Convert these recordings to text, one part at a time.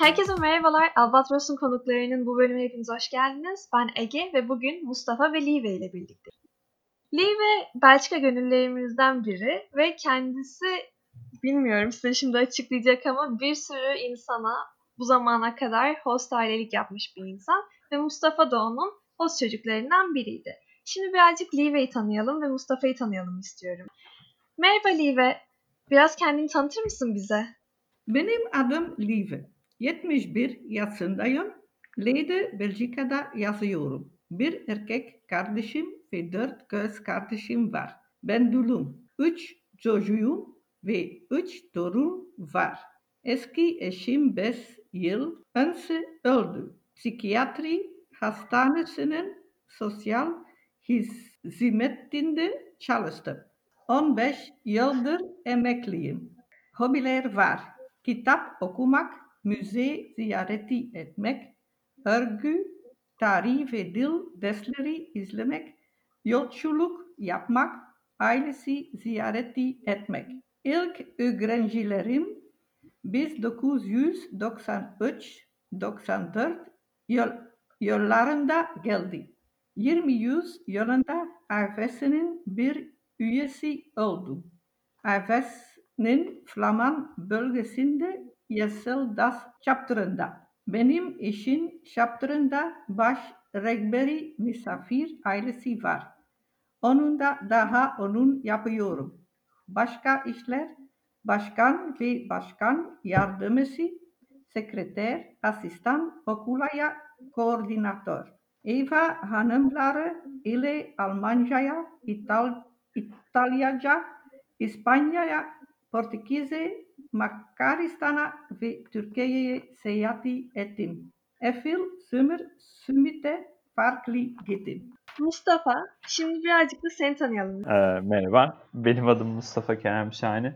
Herkese merhabalar. Albatros'un konuklarının bu bölümüne hepiniz hoş geldiniz. Ben Ege ve bugün Mustafa ve Live ile birlikte. Live, Belçika gönüllerimizden biri ve kendisi, bilmiyorum size şimdi açıklayacak ama bir sürü insana bu zamana kadar host ailelik yapmış bir insan ve Mustafa da onun host çocuklarından biriydi. Şimdi birazcık Live'yi tanıyalım ve Mustafa'yı tanıyalım istiyorum. Merhaba Live, biraz kendini tanıtır mısın bize? Benim adım Lieve. 71 yaşındayım. Leyde Belçika'da yazıyorum. Bir erkek kardeşim ve 4 kız kardeşim var. Ben dulum. 3 çocuğum ve 3 torun var. Eski eşim 5 yıl önce öldü. Psikiyatri hastanesinin sosyal hizmetinde çalıştım. 15 yıldır emekliyim. Hobiler var. Kitap okumak, müze ziyareti etmek, örgü, tarih ve dil dersleri izlemek, yolculuk yapmak, ailesi ziyareti etmek. İlk öğrencilerim 1993-94 yıllarında geldi. 20 yılında AFS'nin bir üyesi oldum. AFS'nin Flaman bölgesinde Yeşildaş chapter'ında. Benim işin chapter'ında baş rehberi misafir ailesi var. Onun yapıyorum. Başka işler, başkan ve başkan yardımcısı, sekreter, asistan, okulaya koordinatör. Eva hanımları ile Almanca'ya, İtalyaca, İspanya'ya, Portekiz'e, Macaristan'a ve Türkiye'ye seyahat ettim. Efil Sümür Sümmit'e farklı gittim. Mustafa, şimdi birazcık da seni tanıyalım. Merhaba, benim adım Mustafa Kerem Şahane.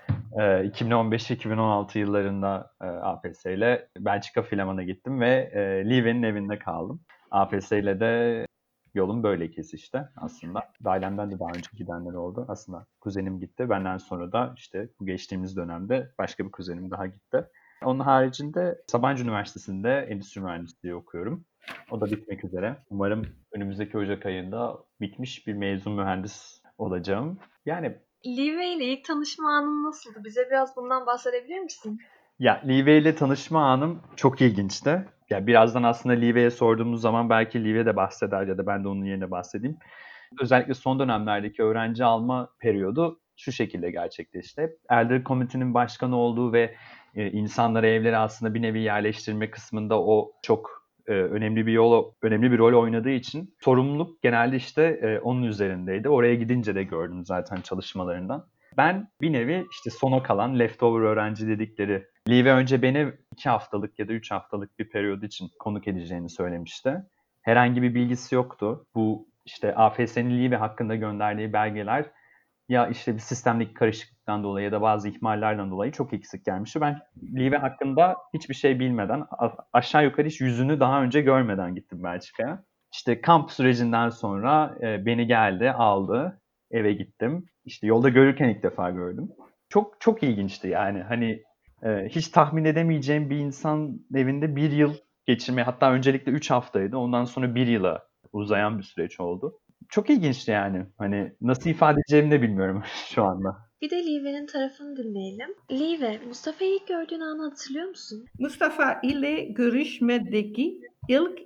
2015-2016 yıllarında APS ile Belçika Flaman'a gittim ve Live'nin evinde kaldım. APS ile de yolum böyle kesişti aslında. Ailemden de daha önce gidenler oldu. Aslında kuzenim gitti. Benden sonra da işte bu geçtiğimiz dönemde başka bir kuzenim daha gitti. Onun haricinde Sabancı Üniversitesi'nde endüstri mühendisliği okuyorum. O da bitmek üzere. Umarım önümüzdeki Ocak ayında bitmiş bir mezun mühendis olacağım. Yani Live ile ilk tanışma anın nasıldı? Bize biraz bundan bahsedebilir misin? ya Live ile tanışma anım çok ilginçti. Ya birazdan aslında Live'ye sorduğumuz zaman belki Live de bahseder ya da ben de onun yerine bahsedeyim. Özellikle son dönemlerdeki öğrenci alma periyodu şu şekilde gerçekleşti. Elder Community'nin başkanı olduğu ve insanları evlere aslında bir nevi yerleştirme kısmında o çok önemli bir rol oynadığı için sorumluluk genelde işte onun üzerindeydi. Oraya gidince de gördüm zaten çalışmalarından. Ben bir nevi işte sona kalan leftover öğrenci dedikleri Live önce beni 2 haftalık ya da 3 haftalık bir periyod için konuk edeceğini söylemişti. Herhangi bir bilgisi yoktu. Bu işte AFS'nin Live hakkında gönderdiği belgeler ya işte bir sistemdeki karışıklıktan dolayı ya da bazı ihmallerden dolayı çok eksik gelmişti. Ben Live hakkında hiçbir şey bilmeden aşağı yukarı hiç yüzünü daha önce görmeden gittim Belçika'ya. İşte kamp sürecinden sonra beni geldi, aldı, eve gittim. İşte yolda görürken ilk defa gördüm. Çok çok ilginçti yani. Hani hiç tahmin edemeyeceğim bir insan evinde bir yıl geçirme, hatta öncelikle 3 haftaydı. Ondan sonra bir yıla uzayan bir süreç oldu. Çok ilginçti yani. Hani nasıl ifade edeceğimi de bilmiyorum şu anda. Bir de Live'nin tarafını dinleyelim. Live, Mustafa'yı ilk gördüğün anı hatırlıyor musun? Mustafa ile görüşmedeki ilk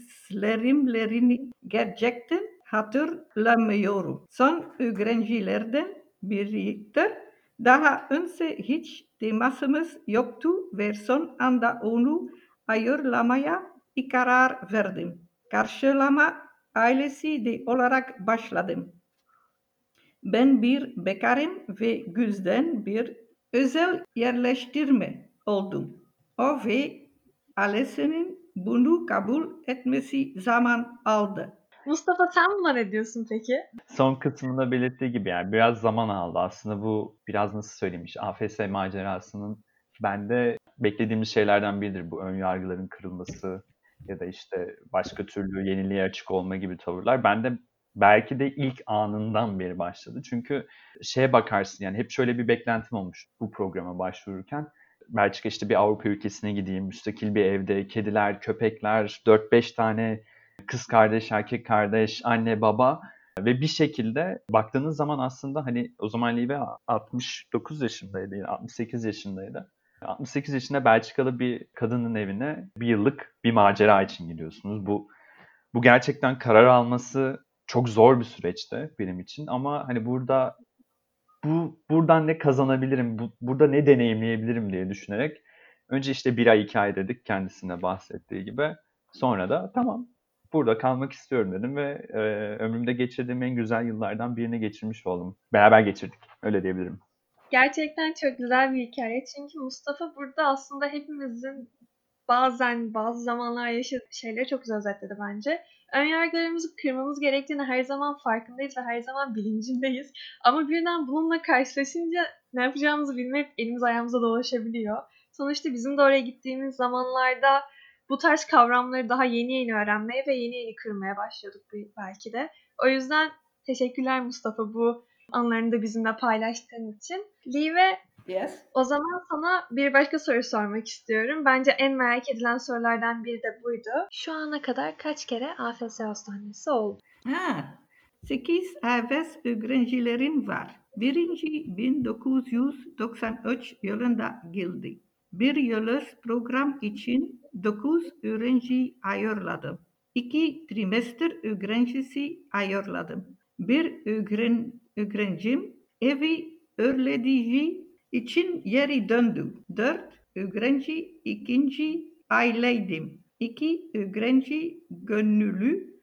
izlerimlerini gerçekten hatırlamıyorum. Son öğrencilerden biriydi. Daha önce hiç temasımız yoktu ve son anda onu ayırlamaya karar verdim. Karşılama ailesi de olarak başladım. Ben bir bekarım ve güzden bir özel yerleştirme oldum. O ve ailesinin bunu kabul etmesi zaman aldı. Mustafa sen buna ne diyorsun peki? Son kısmında belirttiği gibi yani biraz zaman aldı. Aslında bu biraz nasıl söyleyeyim işte AFS macerasının bende beklediğimiz şeylerden biridir. Bu ön yargıların kırılması ya da işte başka türlü yeniliğe açık olma gibi tavırlar. Bende belki de ilk anından beri başladı. Çünkü şeye bakarsın yani hep şöyle bir beklentim olmuş bu programa başvururken. Belçika işte bir Avrupa ülkesine gideyim, müstakil bir evde, kediler, köpekler, 4-5 tane kız kardeş, erkek kardeş, anne, baba ve bir şekilde baktığınız zaman aslında hani o zaman Live 69 yaşındaydı, yani 68 yaşındaydı. 68 yaşında Belçikalı bir kadının evine bir yıllık bir macera için gidiyorsunuz. Bu gerçekten karar alması çok zor bir süreçti benim için ama hani buradan ne kazanabilirim, burada ne deneyimleyebilirim diye düşünerek önce işte 1 ay 2 ay dedik kendisine bahsettiği gibi. Sonra da tamam burada kalmak istiyorum dedim ve ömrümde geçirdiğim en güzel yıllardan birini geçirmiş oldum. Beraber geçirdik, öyle diyebilirim. Gerçekten çok güzel bir hikaye. Çünkü Mustafa burada aslında hepimizin bazen bazı zamanlar yaşadığı şeyleri çok güzel özetledi bence. Önyargılarımızı kırmamız gerektiğini her zaman farkındayız ve her zaman bilincindeyiz. Ama birden bununla karşılaşınca ne yapacağımızı bilmeyip elimiz ayağımıza dolaşabiliyor. Sonuçta bizim de oraya gittiğimiz zamanlarda bu tarz kavramları daha yeni yeni öğrenmeye ve yeni yeni kırmaya başlıyorduk belki de. O yüzden teşekkürler Mustafa bu anlarını da bizimle paylaştığın için. Live, Yes. o zaman sana bir başka soru sormak istiyorum. Bence en merak edilen sorulardan biri de buydu. Şu ana kadar kaç kere AFS hastanesi oldu? 8 AFS öğrencilerim var. Birinci 1993 yılında geldi. Bir yıllık program için 9 öğrenci ayarladım. 2 trimester öğrencisi ayarladım. Bir öğrencim evi örlediği için geri döndü. 4 öğrenci ikinci aileydim. 2 öğrenci gönüllü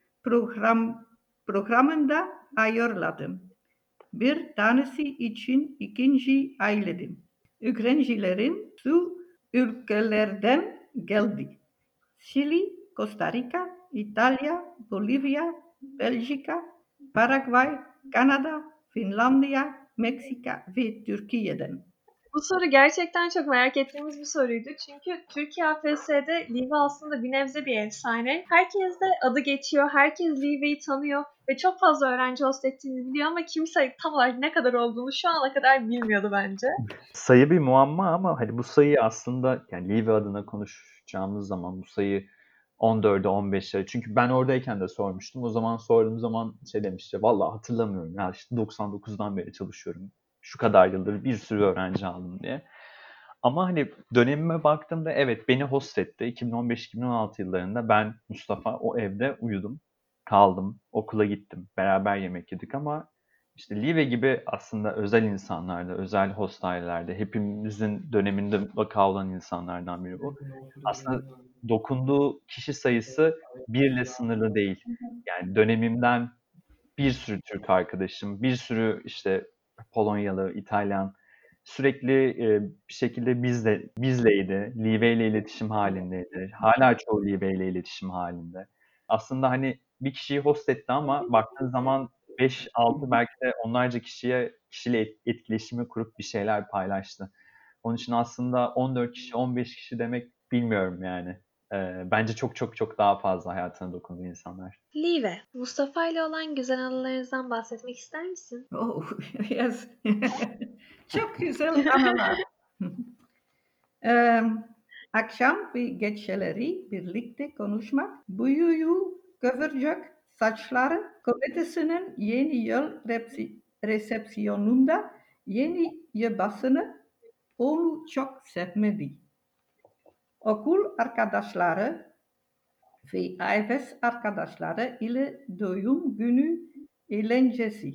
programında ayarladım. Bir tanesi için ikinci ailedim. Öğrencilerim şu ülkelerden geldi. Şili, Costa Rica, İtalya, Bolivya, Belçika, Paraguay, Kanada, Finlandiya, Meksika ve Türkiye'den. Bu soru gerçekten çok merak ettiğimiz bir soruydu. Çünkü Türkiye AFS'de Live aslında bir nebze bir efsane. Herkes de adı geçiyor, herkes Live'yi tanıyor ve çok fazla öğrenci host ettiğini biliyor ama kimse tam olarak ne kadar olduğunu şu ana kadar bilmiyordu bence. Sayı bir muamma ama hani bu sayı aslında yani Live adına konuşacağımız zaman bu sayı 14'e 15'e çünkü ben oradayken de sormuştum. O zaman sorduğum zaman şey demişti. Vallahi hatırlamıyorum ya işte 99'dan beri çalışıyorum. Şu kadar yıldır bir sürü öğrenci aldım diye. Ama hani dönemime baktığımda evet beni host etti. 2015-2016 yıllarında ben Mustafa o evde uyudum. Kaldım. Okula gittim. Beraber yemek yedik ama işte Live gibi aslında özel insanlarda, özel host ailelerde hepimizin döneminde mutlaka olan insanlardan biri bu. Aslında dokunduğu kişi sayısı birle sınırlı değil. Yani dönemimden bir sürü Türk arkadaşım, bir sürü işte Polonyalı, İtalyan sürekli bir şekilde bizleydi. Live ile iletişim halindeydi. Hala çoğu Live ile iletişim halinde. Aslında hani bir kişiyi host etti ama baktığın zaman 5-6 belki de onlarca kişiyle etkileşimi kurup bir şeyler paylaştı. Onun için aslında 14 kişi, 15 kişi demek bilmiyorum yani. Bence çok çok çok daha fazla hayatına dokunduğu insanlar. Live, Mustafa ile olan güzel anılarınızdan bahsetmek ister misin? Oh, yes. Çok güzel anılar. Akşam ve geceleri birlikte konuşmak, büyüyü kıvırcık saçları, komitesinin yeni yıl resepsiyonunda yeni yılbaşını onu çok sevmedi. Okul arkadaşları ve AFS arkadaşları ile doğum günü eğlencesi.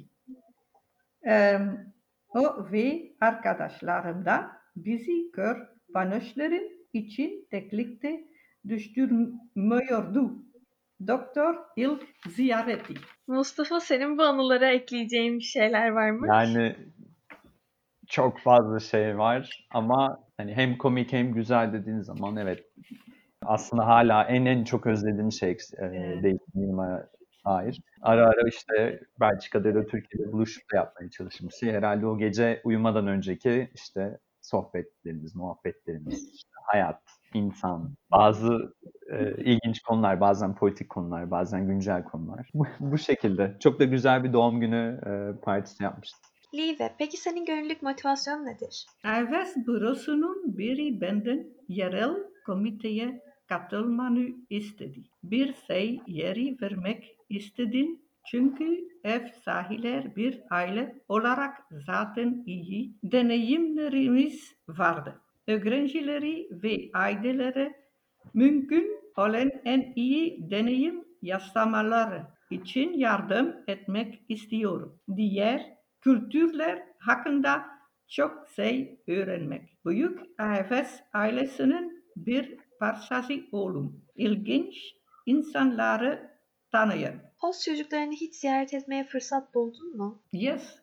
O ve arkadaşlarım da bizi kurbanışların için teklifte düşürmüyordu. Doktor ilk ziyareti. Mustafa, senin bu anılara ekleyeceğin bir şeyler var mı? Yani çok fazla şey var ama hani hem komik hem güzel dediğin zaman evet aslında hala en çok özlediğim şey değişimime dair. Ara ara işte Belçika'da ya da Türkiye'de buluşup da yapmaya çalıştığımız şey herhalde o gece uyumadan önceki işte sohbetlerimiz, muhabbetlerimiz, işte hayat, insan, bazı ilginç konular, bazen politik konular, bazen güncel konular. Bu şekilde. Çok da güzel bir doğum günü partisi yapmıştık. Live, peki senin gönüllülük motivasyonun nedir? Ayvaz bürosunun biri benden yerel komiteye katılmanı istedi. Bir şey yeri vermek istedim çünkü ev sahiler bir aile olarak zaten iyi deneyimlerimiz vardı. Öğrencileri ve ailelere mümkün olan en iyi deneyim yaşamaları için yardım etmek istiyorum. Diğer kültürler hakkında çok şey öğrenmek. Büyük AFS ailesinin bir parçası olun. İlginç insanları tanıyın. Host çocuklarını hiç ziyaret etmeye fırsat buldun mu? Yes.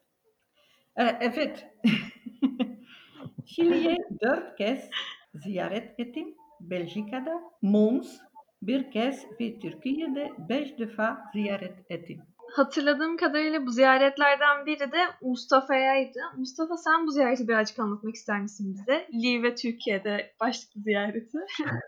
Evet. Şili'ye 4 kez ziyaret ettim. Belçika'da Mons bir kez ve Türkiye'de 5 defa ziyaret ettim. Hatırladığım kadarıyla bu ziyaretlerden biri de Mustafa'yaydı. Mustafa, sen bu ziyareti birazcık anlatmak ister misin bize? Live ve Türkiye'de başlıklı ziyareti.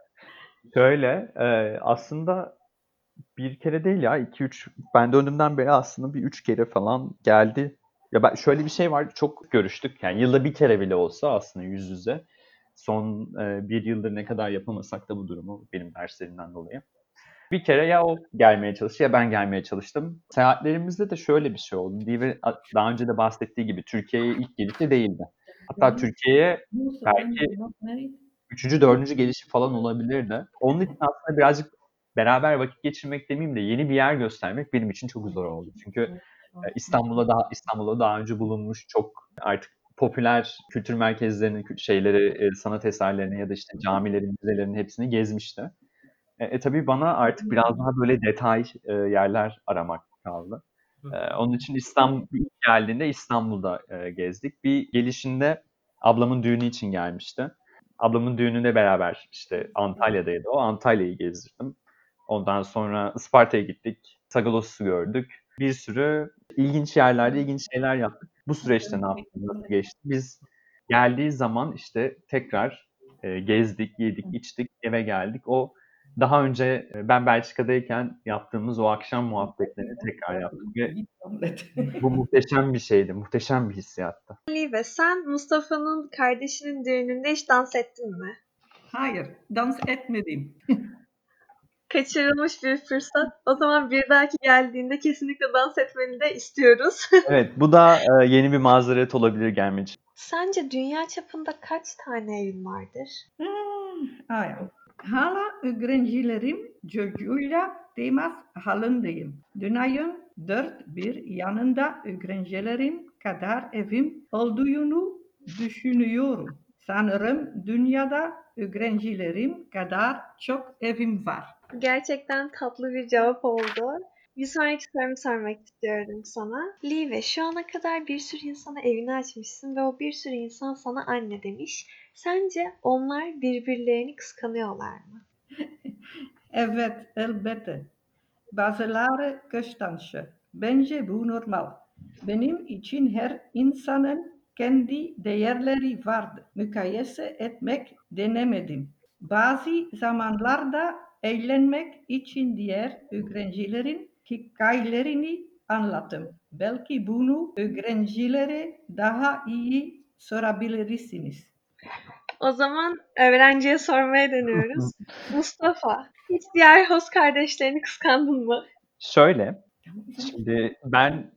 Şöyle, aslında bir kere değil ya, 2-3, ben döndüğümden beri aslında bir 3 kere falan geldi. Ya ben şöyle bir şey var, çok görüştük. Yani yılda bir kere bile olsa aslında yüz yüze. Son bir yıldır ne kadar yapamasak da bu durumu benim derslerimden dolayı. Bir kere ya o gelmeye çalıştı ya ben gelmeye çalıştım. Seyahatlerimizde de şöyle bir şey oldu. Divi daha önce de bahsettiği gibi Türkiye'ye ilk gelişi değildi. Hatta Türkiye'ye belki üçüncü, dördüncü gelişi falan olabilirdi. Onun için aslında birazcık beraber vakit geçirmek demeyeyim de yeni bir yer göstermek benim için çok zor oldu. Çünkü İstanbul'da daha önce bulunmuş çok artık popüler kültür merkezlerinin şeyleri, sanat eserlerini ya da işte camilerin, müzelerin hepsini gezmişti. Tabii bana artık biraz daha böyle detay yerler aramak kaldı. Onun için ilk geldiğinde İstanbul'da gezdik. Bir gelişinde ablamın düğünü için gelmişti. Ablamın düğününde beraber işte Antalya'daydı o. Antalya'yı gezdirdim. Ondan sonra Isparta'ya gittik. Sagalos'u gördük. Bir sürü ilginç yerlerde ilginç şeyler yaptık. Bu süreçte ne yaptık, nasıl geçti? Biz geldiği zaman işte tekrar gezdik, yedik, içtik, eve geldik. O daha önce ben Belçika'dayken yaptığımız o akşam muhabbetlerini tekrar yaptık ve bu muhteşem bir şeydi, muhteşem bir hissiyattı. Live, sen Mustafa'nın kardeşinin düğününde hiç dans ettin mi? Hayır, dans etmedim. Kaçırılmış bir fırsat. O zaman bir dahaki geldiğinde kesinlikle dans etmeni de istiyoruz. Evet, bu da yeni bir mazeret olabilir gelmek için. Sence dünya çapında kaç tane evin vardır? Ya. Hala öğrencilerim çocuğuyla temas halindeyim. Dünyanın dört bir yanında öğrencilerim kadar evim olduğunu düşünüyorum. Sanırım dünyada öğrencilerim kadar çok evim var. Gerçekten tatlı bir cevap oldu. Bir sonraki sorumu sormak istiyorum sana. Live, şu ana kadar bir sürü insana evini açmışsın ve o bir sürü insan sana anne demiş. Sence onlar birbirlerini kıskanıyorlar mı? Evet, elbette. Bazıları kıskançlı. Bence bu normal. Benim için her insanın kendi değerleri vardı. Mukayese etmek denemedim. Bazı zamanlarda eğlenmek için diğer öğrencilerin hikayelerini anlattım. Belki bunu öğrencilere daha iyi sorabilirsiniz. O zaman öğrenciye sormaya dönüyoruz. Mustafa, hiç diğer host kardeşlerini kıskandın mı? Şöyle, şimdi ben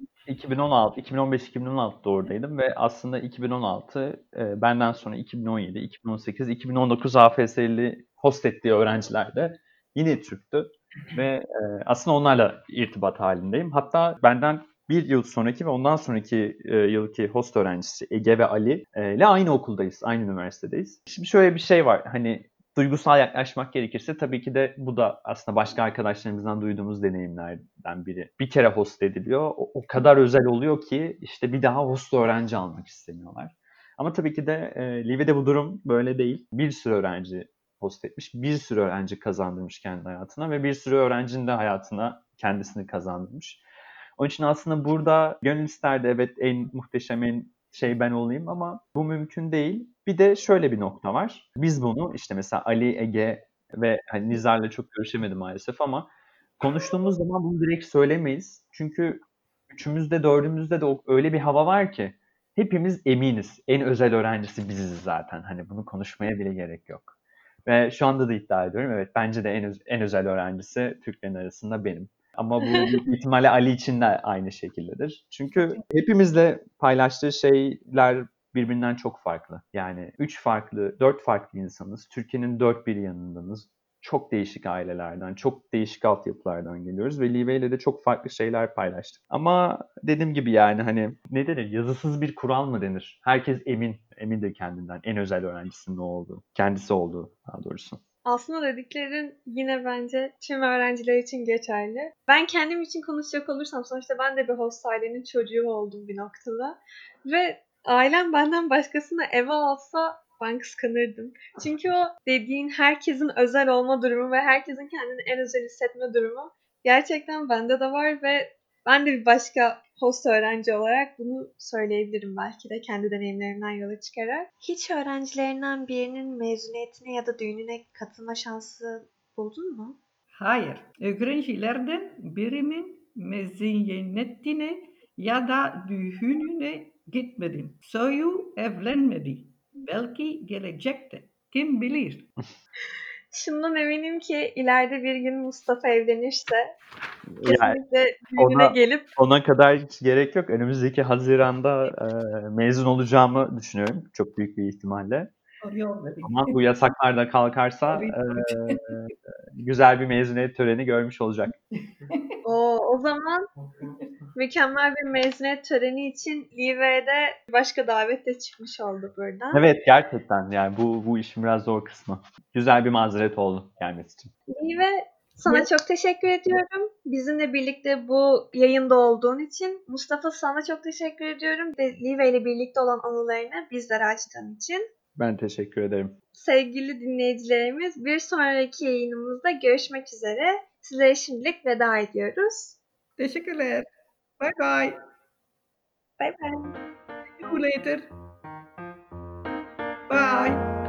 2015-2016'da oradaydım ve aslında 2016 benden sonra 2017, 2018, 2019 AFS'li host ettiği öğrenciler de yine Türktü ve aslında onlarla irtibat halindeyim. Hatta benden bir yıl sonraki ve ondan sonraki yılki host öğrencisi Ege ve Ali ile aynı okuldayız, aynı üniversitedeyiz. Şimdi şöyle bir şey var, hani duygusal yaklaşmak gerekirse tabii ki de bu da aslında başka arkadaşlarımızdan duyduğumuz deneyimlerden biri. Bir kere host ediliyor. O kadar özel oluyor ki işte bir daha host öğrenci almak istemiyorlar. Ama tabii ki de Live'de bu durum böyle değil. Bir sürü öğrenci host etmiş, bir sürü öğrenci kazandırmış kendi hayatına ve bir sürü öğrencinin de hayatına kendisini kazandırmış. Onun için aslında burada gönül isterdi evet en muhteşem, en şey ben olayım ama bu mümkün değil. Bir de şöyle bir nokta var. Biz bunu işte mesela Ali, Ege ve hani Nizar'la çok görüşemedim maalesef ama konuştuğumuz zaman bunu direkt söylemeyiz. Çünkü üçümüzde, dördümüzde de öyle bir hava var ki hepimiz eminiz. En özel öğrencisi biziz zaten. Hani bunu konuşmaya bile gerek yok. Ve şu anda da iddia ediyorum. Evet, bence de en özel öğrencisi Türklerin arasında benim. Ama bu büyük ihtimalle Ali için de aynı şekildedir. Çünkü hepimizle paylaştığı şeyler birbirinden çok farklı. Yani 4 farklı insanız. Türkiye'nin dört bir yanındanız. Çok değişik ailelerden, çok değişik altyapılardan geliyoruz ve Live ile de çok farklı şeyler paylaştık. Ama dediğim gibi yani hani ne denir? Yazısız bir kural mı denir? Herkes emindir kendinden. En özel öğrencisinin o olduğu, kendisi olduğu daha doğrusu. Aslında dediklerin yine bence tüm öğrenciler için geçerli. Ben kendim için konuşacak olursam sonuçta ben de bir host ailenin çocuğu oldum bir noktada. Ve ailem benden başkasını eve alsa ben kıskanırdım. Çünkü o dediğin herkesin özel olma durumu ve herkesin kendini en özel hissetme durumu gerçekten bende de var ve ben de bir başka host öğrenci olarak bunu söyleyebilirim belki de kendi deneyimlerimden yola çıkarak. Hiç öğrencilerinden birinin mezuniyetine ya da düğününe katılma şansı buldun mu? Hayır, öğrencilerden birimin mezuniyetine ya da düğününe gitmedim. Soyu evlenmedi. Belki gelecekte. Kim bilir? Şundan eminim ki ileride bir gün Mustafa evlenirse Yani kesinlikle düğününe ona gelip ona kadar hiç gerek yok. Önümüzdeki Haziran'da mezun olacağımı düşünüyorum. Çok büyük bir ihtimalle. Görmedim. Ama bu yasaklar da kalkarsa güzel bir mezuniyet töreni görmüş olacak. o zaman mükemmel bir mezuniyet töreni için Live'de başka davet de çıkmış oldu buradan. Evet, gerçekten yani bu işin biraz zor kısmı. Güzel bir mazeret oldu gelmesi için. Live sana çok teşekkür ediyorum. Bizimle birlikte bu yayında olduğun için. Mustafa sana çok teşekkür ediyorum. Live ile birlikte olan anılarını bizlere açtığın için. Ben teşekkür ederim. Sevgili dinleyicilerimiz bir sonraki yayınımızda görüşmek üzere. Sizlere şimdilik veda ediyoruz. Teşekkürler. Bye bye. Bay bay. See you later. Bye.